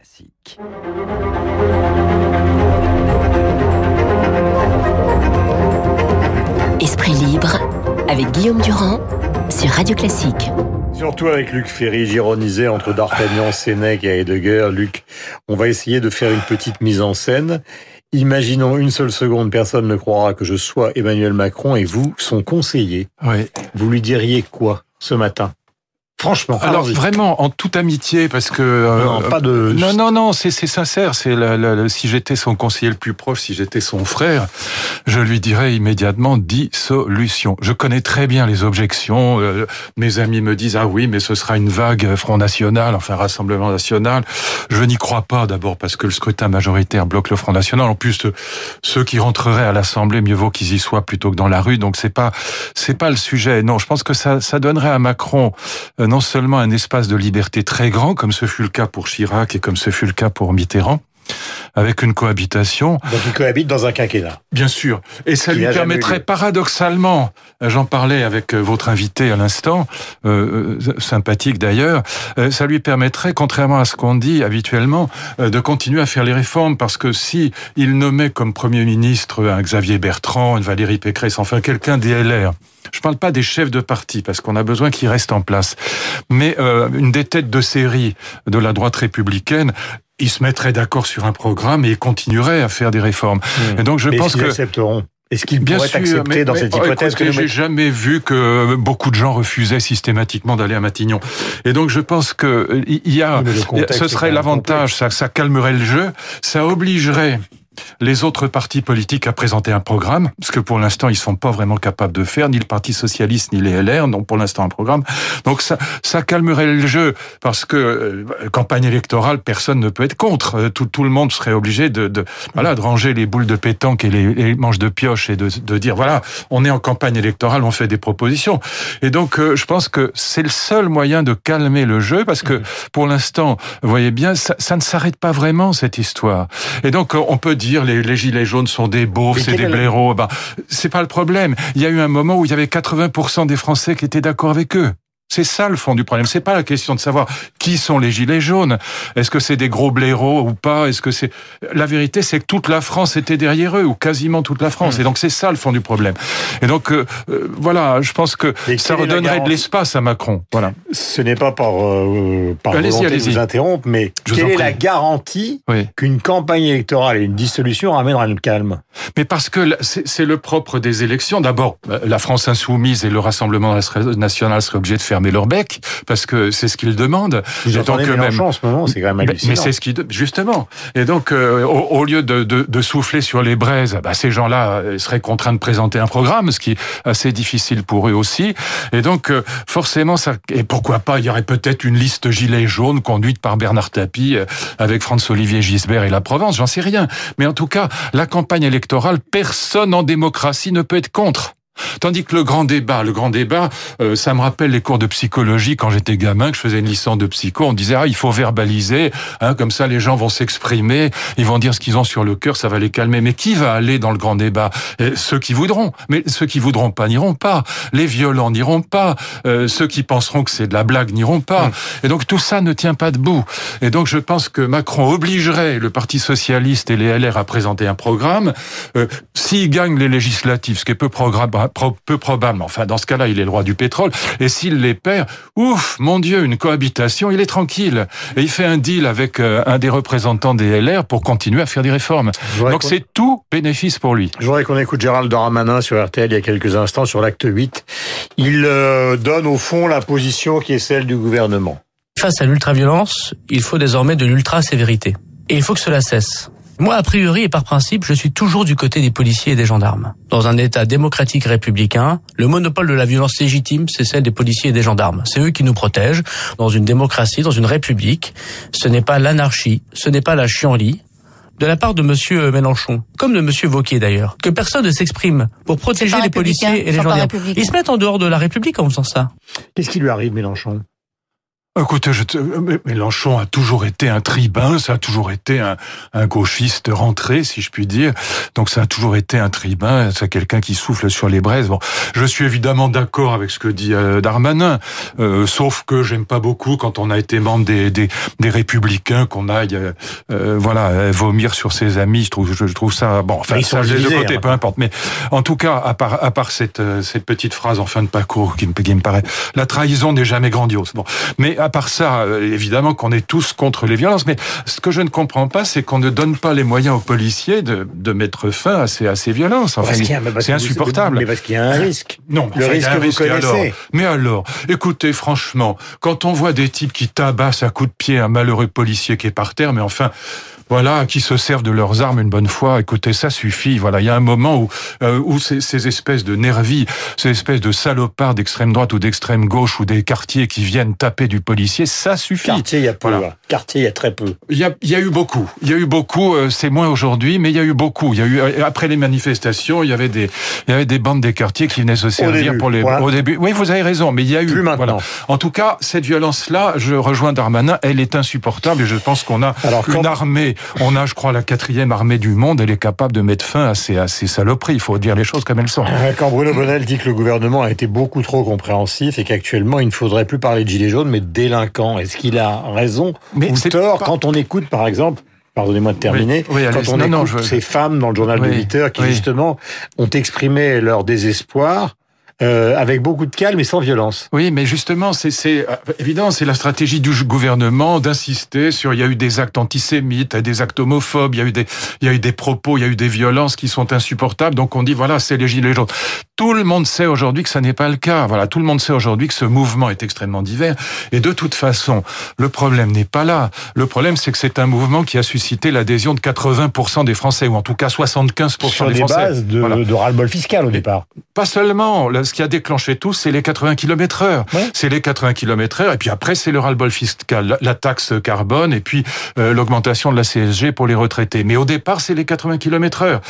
Classique. Esprit libre avec Guillaume Durand sur Radio Classique. Surtout avec Luc Ferry, j'ironisais entre D'Artagnan, Sénèque et Heidegger. Luc, on va essayer de faire une petite mise en scène. Imaginons une seule seconde, personne ne croira que je sois Emmanuel Macron et vous, son conseiller. Oui. Vous lui diriez quoi ce matin ? Franchement. Alors vraiment, en toute amitié, parce que non, pas de. Non, c'est sincère. C'est si j'étais son conseiller le plus proche, si j'étais son frère, je lui dirais immédiatement dissolution. Je connais très bien les objections. Mes amis me disent oui, mais ce sera une vague Front National, enfin Rassemblement National. Je n'y crois pas d'abord parce que le scrutin majoritaire bloque le Front National. En plus, ceux qui rentreraient à l'Assemblée, mieux vaut qu'ils y soient plutôt que dans la rue. Donc c'est pas le sujet. Non, je pense que ça donnerait à Macron non seulement un espace de liberté très grand, comme ce fut le cas pour Chirac et comme ce fut le cas pour Mitterrand, avec une cohabitation. Donc il cohabite dans un quinquennat. Bien sûr. Et ça lui permettrait paradoxalement, j'en parlais avec votre invité à l'instant, sympathique d'ailleurs, ça lui permettrait, contrairement à ce qu'on dit habituellement, de continuer à faire les réformes, parce que si il nommait comme Premier ministre un Xavier Bertrand, une Valérie Pécresse, enfin quelqu'un des LR, je parle pas des chefs de parti, parce qu'on a besoin qu'ils restent en place, mais une des têtes de série de la droite républicaine, ils se mettraient d'accord sur un programme et ils continueraient à faire des réformes. Et donc je pense que accepteront. Est-ce qu'ils pourraient accepter dans cette hypothèse que j'ai jamais vu que beaucoup de gens refusaient systématiquement d'aller à Matignon. Et donc je pense que ce serait l'avantage, ça calmerait le jeu, ça obligerait les autres partis politiques à présenter un programme, ce que pour l'instant ils sont pas vraiment capables de faire, ni le Parti socialiste ni les LR n'ont pour l'instant un programme. Donc ça calmerait le jeu, parce que campagne électorale, personne ne peut être contre. Tout le monde serait obligé de ranger les boules de pétanque et les manches de pioche et de dire voilà, on est en campagne électorale, on fait des propositions. Et donc je pense que c'est le seul moyen de calmer le jeu, parce que pour l'instant, vous voyez bien, ça ne s'arrête pas vraiment cette histoire. Et donc on peut dire les gilets jaunes sont des beaufs, c'est des blaireaux. C'est pas le problème. Il y a eu un moment où il y avait 80% des Français qui étaient d'accord avec eux. C'est ça le fond du problème. C'est pas la question de savoir qui sont les gilets jaunes. Est-ce que c'est des gros blaireaux ou pas? Est-ce que c'est... La vérité, c'est que toute la France était derrière eux, ou quasiment toute la France. Et donc c'est ça le fond du problème. Et donc voilà, je pense que ça redonnerait de l'espace à Macron. Voilà. Ce n'est pas par volonté de vous interrompre, mais quelle est la garantie qu'une campagne électorale et une dissolution ramènera le calme? Mais parce que c'est le propre des élections. D'abord, la France insoumise et le Rassemblement national seraient obligés de fermer leur bec, parce que c'est ce qu'ils demandent. Vous entendez Mélenchon en ce moment, c'est quand même hallucinant. Mais c'est ce qu'ils... Justement. Et donc, au lieu de souffler sur les braises, ces gens-là seraient contraints de présenter un programme, ce qui est assez difficile pour eux aussi. Et donc, forcément, ça... Et pourquoi pas, il y aurait peut-être une liste gilets jaunes conduite par Bernard Tapie, avec François-Olivier Gisbert et la Provence, j'en sais rien. Mais en tout cas, la campagne électorale, personne en démocratie ne peut être contre. Tandis que le grand débat, ça me rappelle les cours de psychologie quand j'étais gamin, que je faisais une licence de psycho. On disait il faut verbaliser, comme ça les gens vont s'exprimer, ils vont dire ce qu'ils ont sur le cœur, ça va les calmer. Mais qui va aller dans le grand débat? Ceux qui voudront. Mais ceux qui voudront pas n'iront pas. Les violents n'iront pas. Ceux qui penseront que c'est de la blague n'iront pas. Et donc tout ça ne tient pas debout. Et donc je pense que Macron obligerait le Parti socialiste et les LR à présenter un programme. S'il gagne les législatives, ce qui est peu probable, enfin dans ce cas-là il est le roi du pétrole, et s'il les perd, mon Dieu, une cohabitation, il est tranquille, et il fait un deal avec un des représentants des LR pour continuer à faire des réformes. Donc c'est tout bénéfice pour lui. Je voudrais qu'on écoute Gérald Darmanin sur RTL il y a quelques instants sur l'acte 8. Il donne au fond la position qui est celle du gouvernement. Face à l'ultraviolence, il faut désormais de l'ultra-sévérité, et il faut que cela cesse. Moi, a priori et par principe, je suis toujours du côté des policiers et des gendarmes. Dans un État démocratique républicain, le monopole de la violence légitime, c'est celle des policiers et des gendarmes. C'est eux qui nous protègent. Dans une démocratie, dans une république, ce n'est pas l'anarchie, ce n'est pas la chienlit. De la part de monsieur Mélenchon, comme de monsieur Wauquiez d'ailleurs, que personne ne s'exprime pour protéger les policiers et les gendarmes. Ils se mettent en dehors de la République en faisant ça. Qu'est-ce qui lui arrive, Mélenchon ? Écoutez, Mélenchon a toujours été un tribun, ça a toujours été un gauchiste rentré, si je puis dire. Donc ça a toujours été un tribun, c'est quelqu'un qui souffle sur les braises. Bon, je suis évidemment d'accord avec ce que dit Darmanin, sauf que j'aime pas beaucoup quand on a été membre des Républicains qu'on aille, vomir sur ses amis. Je trouve ça bon. Enfin, ça j'ai de côté, peu importe. Mais en tout cas, à part cette petite phrase en fin de parcours qui me paraît, la trahison n'est jamais grandiose. Bon, mais à part ça, évidemment qu'on est tous contre les violences, mais ce que je ne comprends pas, c'est qu'on ne donne pas les moyens aux policiers de mettre fin à ces violences. Enfin, c'est insupportable. Mais parce qu'il y a un risque. Non, le risque que vous connaissez. Mais alors, écoutez, franchement, quand on voit des types qui tabassent à coups de pied un malheureux policier qui est par terre, mais enfin, voilà, qui se servent de leurs armes une bonne fois. Écoutez, ça suffit. Voilà, il y a un moment où ces espèces de nervis, ces espèces de salopards d'extrême droite ou d'extrême gauche ou des quartiers qui viennent taper du policier, ça suffit. Quartier, il y a peu. Voilà. Quartier, il y a très peu. Il y a eu beaucoup. Il y a eu beaucoup. C'est moins aujourd'hui, mais il y a eu beaucoup. Il y a eu après les manifestations, il y avait des bandes des quartiers qui venaient se servir au début. Oui, vous avez raison, mais il y a eu. Plus maintenant. Voilà. En tout cas, cette violence-là, je rejoins Darmanin, elle est insupportable et je pense qu'on a une armée. On a, je crois, la 4e armée du monde. Elle est capable de mettre fin à ces saloperies. Il faut dire les choses comme elles sont. Quand Bruno Bonnell dit que le gouvernement a été beaucoup trop compréhensif et qu'actuellement, il ne faudrait plus parler de gilets jaunes, mais de délinquants, est-ce qu'il a raison ou tort quand on écoute, par exemple, pardonnez-moi de terminer, quand on écoute ces femmes dans le journal de 8 heures qui, justement, ont exprimé leur désespoir avec beaucoup de calme et sans violence. Oui, mais justement, c'est évident, c'est la stratégie du gouvernement d'insister sur. Il y a eu des actes antisémites, des actes homophobes, il y a eu des propos, il y a eu des violences qui sont insupportables. Donc on dit voilà, c'est les gilets jaunes. Tout le monde sait aujourd'hui que ça n'est pas le cas. Voilà, tout le monde sait aujourd'hui que ce mouvement est extrêmement divers. Et de toute façon, le problème n'est pas là. Le problème, c'est que c'est un mouvement qui a suscité l'adhésion de 80% des Français, ou en tout cas 75% des Français. Sur des bases de ras-le-bol fiscal au départ. Pas seulement. Ce qui a déclenché tout, c'est les 80 km/h. Ouais. C'est les 80 km/h. Et puis après, c'est le ras-le-bol fiscal, la taxe carbone, et puis l'augmentation de la CSG pour les retraités. Mais au départ, c'est les 80 km/h.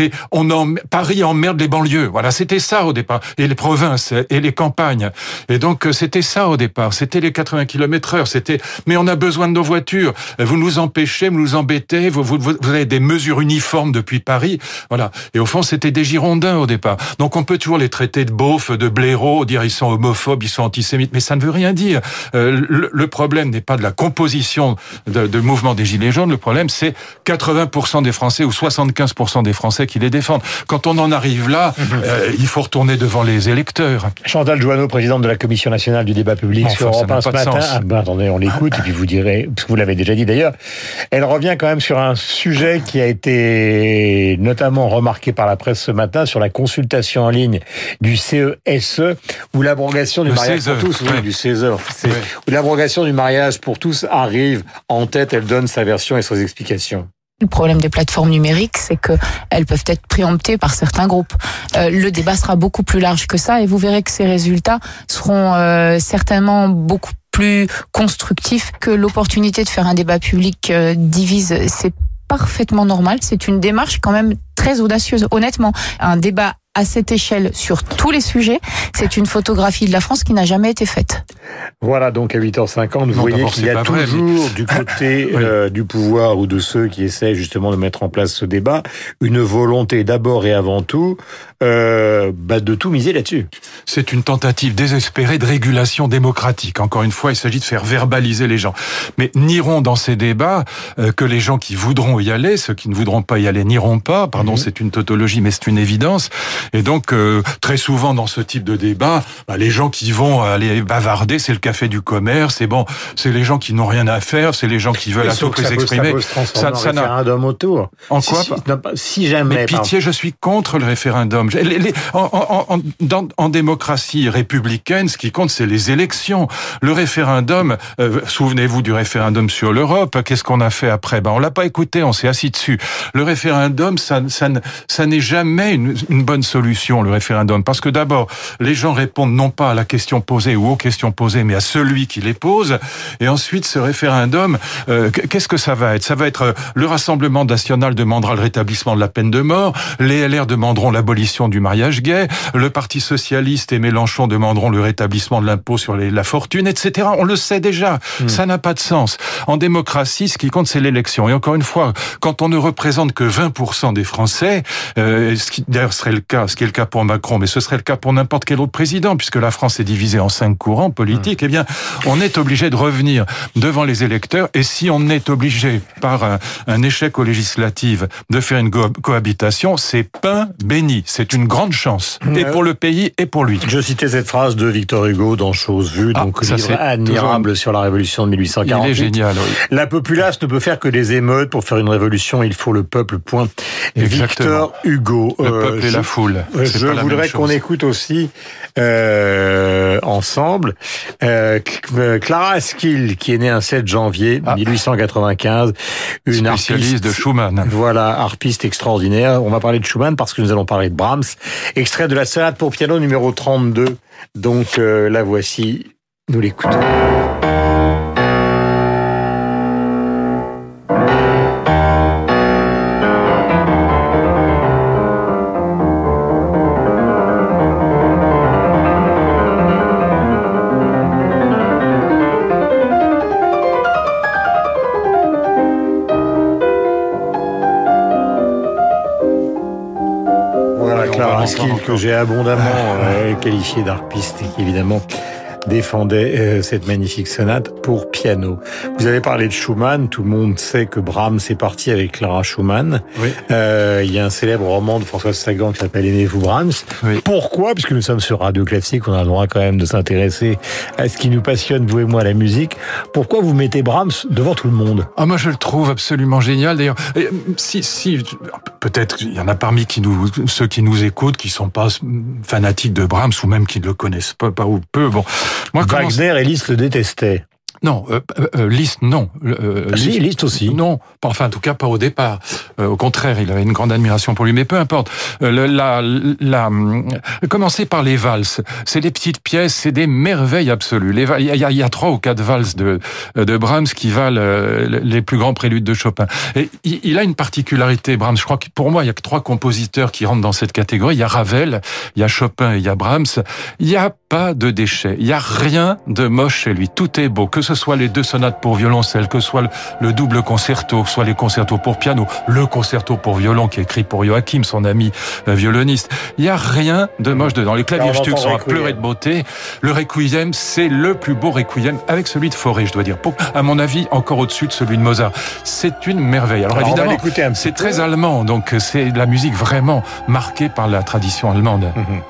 Paris emmerde les banlieues. Voilà, c'était ça au départ. Et les provinces, et les campagnes. Et donc, c'était ça au départ. C'était les 80 km/h. Mais on a besoin de nos voitures. Vous nous empêchez, vous nous embêtez. Vous avez des mesures uniformes depuis Paris. Voilà. Et au fond, c'était des Girondins au départ. Donc, on peut toujours les traiter de beaufs, de blaireaux, dire ils sont homophobes, ils sont antisémites. Mais ça ne veut rien dire. Le problème n'est pas de la composition de mouvement des Gilets jaunes. Le problème, c'est 80% des Français ou 75% des Français qui les défendent. Quand on en arrive là, il faut retourner devant les électeurs. Chantal Jouanneau, présidente de la Commission nationale du débat public sur Europe 1 ce matin. Attendez, on l'écoute et puis vous direz, parce que vous l'avez déjà dit d'ailleurs, elle revient quand même sur un sujet qui a été notamment remarqué par la presse ce matin sur la consultation en ligne du CESE ou l'abrogation du mariage pour tous. Oui, du CESE. Où l'abrogation du mariage pour tous arrive en tête, elle donne sa version et ses explications. Le problème des plateformes numériques, c'est qu'elles peuvent être préemptées par certains groupes. Le débat sera beaucoup plus large que ça et vous verrez que ces résultats seront certainement beaucoup plus constructifs que l'opportunité de faire un débat public divise. C'est parfaitement normal. C'est une démarche quand même très audacieuse. Honnêtement, un débat à cette échelle sur tous les sujets, c'est une photographie de la France qui n'a jamais été faite. Voilà, donc à 8h50, vous voyez qu'il y a toujours du côté du pouvoir ou de ceux qui essaient justement de mettre en place ce débat, une volonté d'abord et avant tout de tout miser là-dessus. C'est une tentative désespérée de régulation démocratique. Encore une fois, il s'agit de faire verbaliser les gens. Mais n'iront dans ces débats que les gens qui voudront y aller, ceux qui ne voudront pas y aller n'iront pas. Pardon, c'est une tautologie, mais c'est une évidence. Et donc, très souvent dans ce type de débat, les gens qui vont aller bavarder, c'est le café du commerce, c'est les gens qui n'ont rien à faire, c'est les gens qui veulent à tout prix s'exprimer. Ça peut se transformer en référendum autour. En quoi ? Si jamais... Mais pitié, je suis contre le référendum. En démocratie républicaine, ce qui compte, c'est les élections. Le référendum, souvenez-vous du référendum sur l'Europe, qu'est-ce qu'on a fait après ? On l'a pas écouté, on s'est assis dessus. Le référendum, ça n'est jamais une bonne solution, le référendum. Parce que d'abord, les gens répondent non pas à la question posée ou aux questions posées, mais à celui qui les pose. Et ensuite, ce référendum, qu'est-ce que ça va être? Ça va être le Rassemblement national demandera le rétablissement de la peine de mort, les LR demanderont l'abolition du mariage gay, le Parti socialiste et Mélenchon demanderont le rétablissement de l'impôt sur la fortune, etc. On le sait déjà. Ça n'a pas de sens. En démocratie, ce qui compte, c'est l'élection. Et encore une fois, quand on ne représente que 20% des Français, ce qui d'ailleurs serait le cas, ce qui est le cas pour Macron, mais ce serait le cas pour n'importe quel autre président, puisque la France est divisée en 5 courants politiques, eh bien, on est obligé de revenir devant les électeurs. Et si on est obligé, par un échec aux législatives, de faire une cohabitation, c'est pain béni. C'est une grande chance. Et pour le pays et pour lui. Je citais cette phrase de Victor Hugo dans Chose vue, donc ça, livre admirable sur la Révolution de 1848. Il est génial, oui. La populace ne peut faire que des émeutes. Pour faire une révolution, il faut le peuple, point. Exactement. Victor Hugo. Le peuple et la foule. Je voudrais qu'on écoute aussi ensemble Clara Askill, qui est née un 7 janvier 1895. Une spécialiste de Schumann. Voilà, harpiste extraordinaire. On va parler de Schumann parce que nous allons parler de Brahms. Extrait de la sonate pour piano numéro 32. Donc la voici, nous l'écoutons. Que j'ai abondamment qualifié d'harpiste et qui évidemment défendait cette magnifique sonate pour piano. Vous avez parlé de Schumann, tout le monde sait que Brahms est parti avec Clara Schumann. Oui. Il y a un célèbre roman de François Sagan qui s'appelle Aimez-vous Brahms. Oui. Pourquoi? Puisque nous sommes sur Radio Classique, on a le droit quand même de s'intéresser à ce qui nous passionne, vous et moi, la musique. Pourquoi vous mettez Brahms devant tout le monde? Ah, moi je le trouve absolument génial. D'ailleurs, si peut-être il y en a parmi ceux qui nous écoutent qui sont pas fanatiques de Brahms ou même qui ne le connaissent pas ou peu. Bon. Moi, Wagner et Liszt le détestaient. Non, Liszt, non. Liszt aussi. Non, enfin, en tout cas, pas au départ. Au contraire, il avait une grande admiration pour lui, mais peu importe. Commencer par les valses. C'est des petites pièces, c'est des merveilles absolues. Il y a 3 ou 4 valses de Brahms qui valent les plus grands préludes de Chopin. Et il a une particularité, Brahms. Je crois que pour moi, il y a que 3 compositeurs qui rentrent dans cette catégorie. Il y a Ravel, il y a Chopin et il y a Brahms. Il n'y a pas de déchets. Il n'y a rien de moche chez lui. Tout est beau. Que ce soit les 2 sonates pour violoncelle, que ce soit le double concerto, que ce soit les concertos pour piano, le concerto pour violon qui est écrit pour Joachim, son ami violoniste. Il n'y a rien de moche dedans. Les Klavierstücks sont à pleurer de beauté. Le Requiem, c'est le plus beau Requiem avec celui de Fauré, je dois dire. À mon avis, encore au-dessus de celui de Mozart. C'est une merveille. Alors évidemment, c'est très allemand, donc c'est de la musique vraiment marquée par la tradition allemande.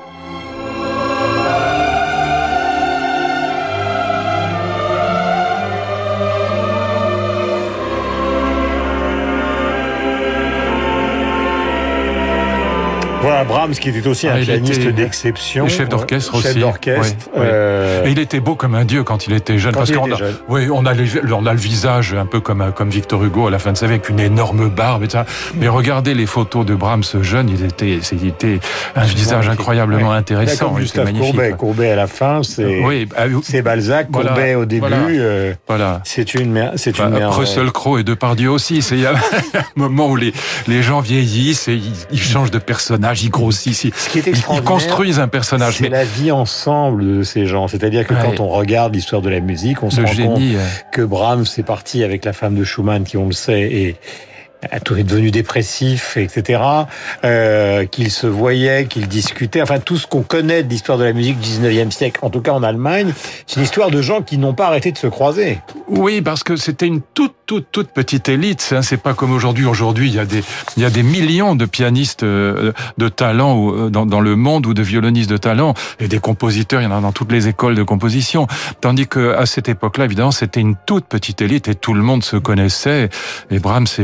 Voilà, Brahms qui était aussi un pianiste d'exception. Chef d'orchestre aussi. Chef d'orchestre. Oui. Et il était beau comme un dieu quand il était jeune. Parce qu'on on a le visage un peu comme Victor Hugo à la fin de sa vie, avec une énorme barbe et ça. Mais regardez les photos de Brahms jeune, il était un visage incroyablement intéressant. Comme Gustave Courbet à la fin, c'est Balzac, Courbet au début. Voilà. C'est une merde. Russell Crowe et Depardieu aussi. Il y a un moment où les gens vieillissent et ils changent de personnage. Ils grossissent, ils construisent un personnage. C'est la vie ensemble de ces gens. C'est-à-dire que quand on regarde l'histoire de la musique, on se rend compte que Brahms est parti avec la femme de Schumann, qui on le sait, et tout est devenu dépressif, etc. Qu'il se voyait, qu'il discutait. Enfin, tout ce qu'on connaît de l'histoire de la musique du 19e siècle, en tout cas en Allemagne, c'est une histoire de gens qui n'ont pas arrêté de se croiser. Oui, parce que c'était une toute petite élite. C'est pas comme aujourd'hui. Aujourd'hui, il y a des millions de pianistes de talent dans le monde, ou de violonistes de talent, et des compositeurs. Il y en a dans toutes les écoles de composition. Tandis que à cette époque-là, évidemment, c'était une toute petite élite et tout le monde se connaissait. Et Brahms, évidemment,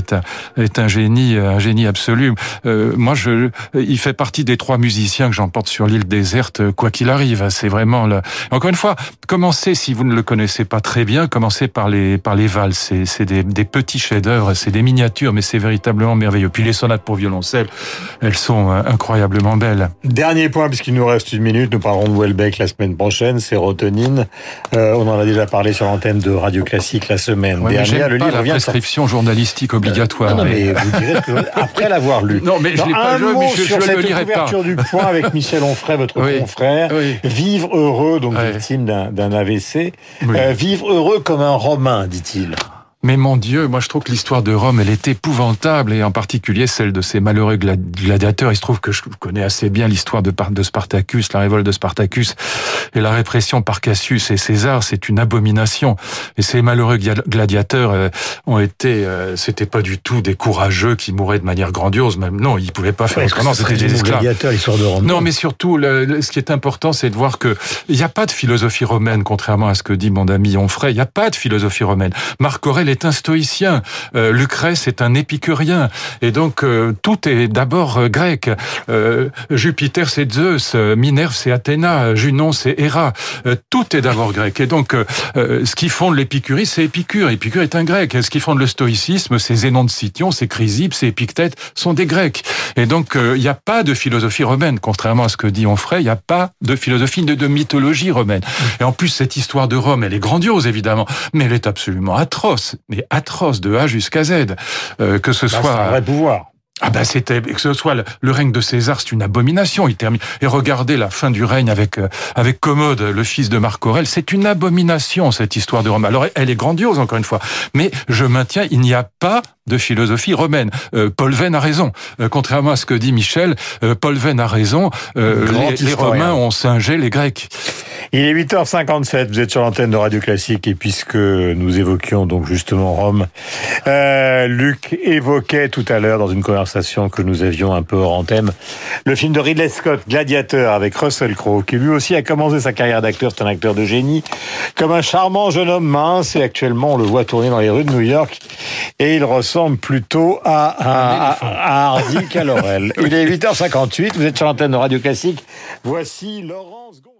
est un génie absolu. Moi, il fait partie des 3 musiciens que j'emporte sur l'île déserte, quoi qu'il arrive. C'est vraiment encore une fois, commencez, si vous ne le connaissez pas très bien, commencez par les valses. C'est des petits chefs-d'œuvre, c'est des miniatures, mais c'est véritablement merveilleux. Puis les sonates pour violoncelle, elles sont incroyablement belles. Dernier point, puisqu'il nous reste 1 minute, nous parlerons de Houellebecq la semaine prochaine, sérotonine. On en a déjà parlé sur l'antenne de Radio Classique la semaine dernière. Le livre vient prescription journalistique obligatoire. Non, mais vous direz que après l'avoir lu. Non, mais je l'ai pas lu, mais je le lirai pas. Couverture du Point avec Michel Onfray, votre confrère. Oui. Vivre heureux, donc victime d'un AVC. Oui. Vivre heureux comme un Romain, dit-il. Mais mon Dieu, moi je trouve que l'histoire de Rome, elle est épouvantable, et en particulier celle de ces malheureux gladiateurs. Il se trouve que je connais assez bien l'histoire de Spartacus, la révolte de Spartacus, et la répression par Cassius et César, c'est une abomination. Et ces malheureux gladiateurs c'était pas du tout des courageux qui mouraient de manière grandiose, même non, ils pouvaient pas faire autrement, c'était des esclaves. L'histoire de Rome. Non, mais surtout, ce qui est important, c'est de voir que il n'y a pas de philosophie romaine, contrairement à ce que dit mon ami Onfray, il n'y a pas de philosophie romaine. Marc Aurèle est un stoïcien, Lucrèce est un épicurien, et donc tout est d'abord grec. Jupiter c'est Zeus, Minerve c'est Athéna, Junon c'est Héra, tout est d'abord grec. Et donc ce qui fonde l'épicurie, c'est Épicure. Épicure est un grec. Ce qui fonde le stoïcisme, c'est Zénon de Cityon, c'est Chrysippe, c'est Épictète, sont des grecs. Et donc il n'y a pas de philosophie romaine, contrairement à ce que dit Onfray, il n'y a pas de philosophie de mythologie romaine. Et en plus cette histoire de Rome, elle est grandiose évidemment, mais elle est absolument atroce. Mais atroce de A jusqu'à Z, que ce soit... C'est un vrai pouvoir. Ah ben que ce soit le règne de César, c'est une abomination. Il termine. Et regardez la fin du règne avec Commode, le fils de Marc Aurèle, c'est une abomination cette histoire de Rome. Alors elle est grandiose encore une fois, mais je maintiens, il n'y a pas de philosophie romaine. Paul Venn a raison. Contrairement à ce que dit Michel, Paul Venn a raison. Les Romains ont singé les Grecs. Il est 8h57, vous êtes sur l'antenne de Radio Classique, et puisque nous évoquions donc justement Rome, Luc évoquait tout à l'heure dans une conversation que nous avions un peu hors antenne, le film de Ridley Scott, Gladiateur, avec Russell Crowe, qui lui aussi a commencé sa carrière d'acteur, c'est un acteur de génie, comme un charmant jeune homme mince, et actuellement on le voit tourner dans les rues de New York, et il ressemble plutôt à Hardy qu'à Laurel. Il est 8h58, vous êtes sur l'antenne de Radio Classique, voici Laurence Gontier.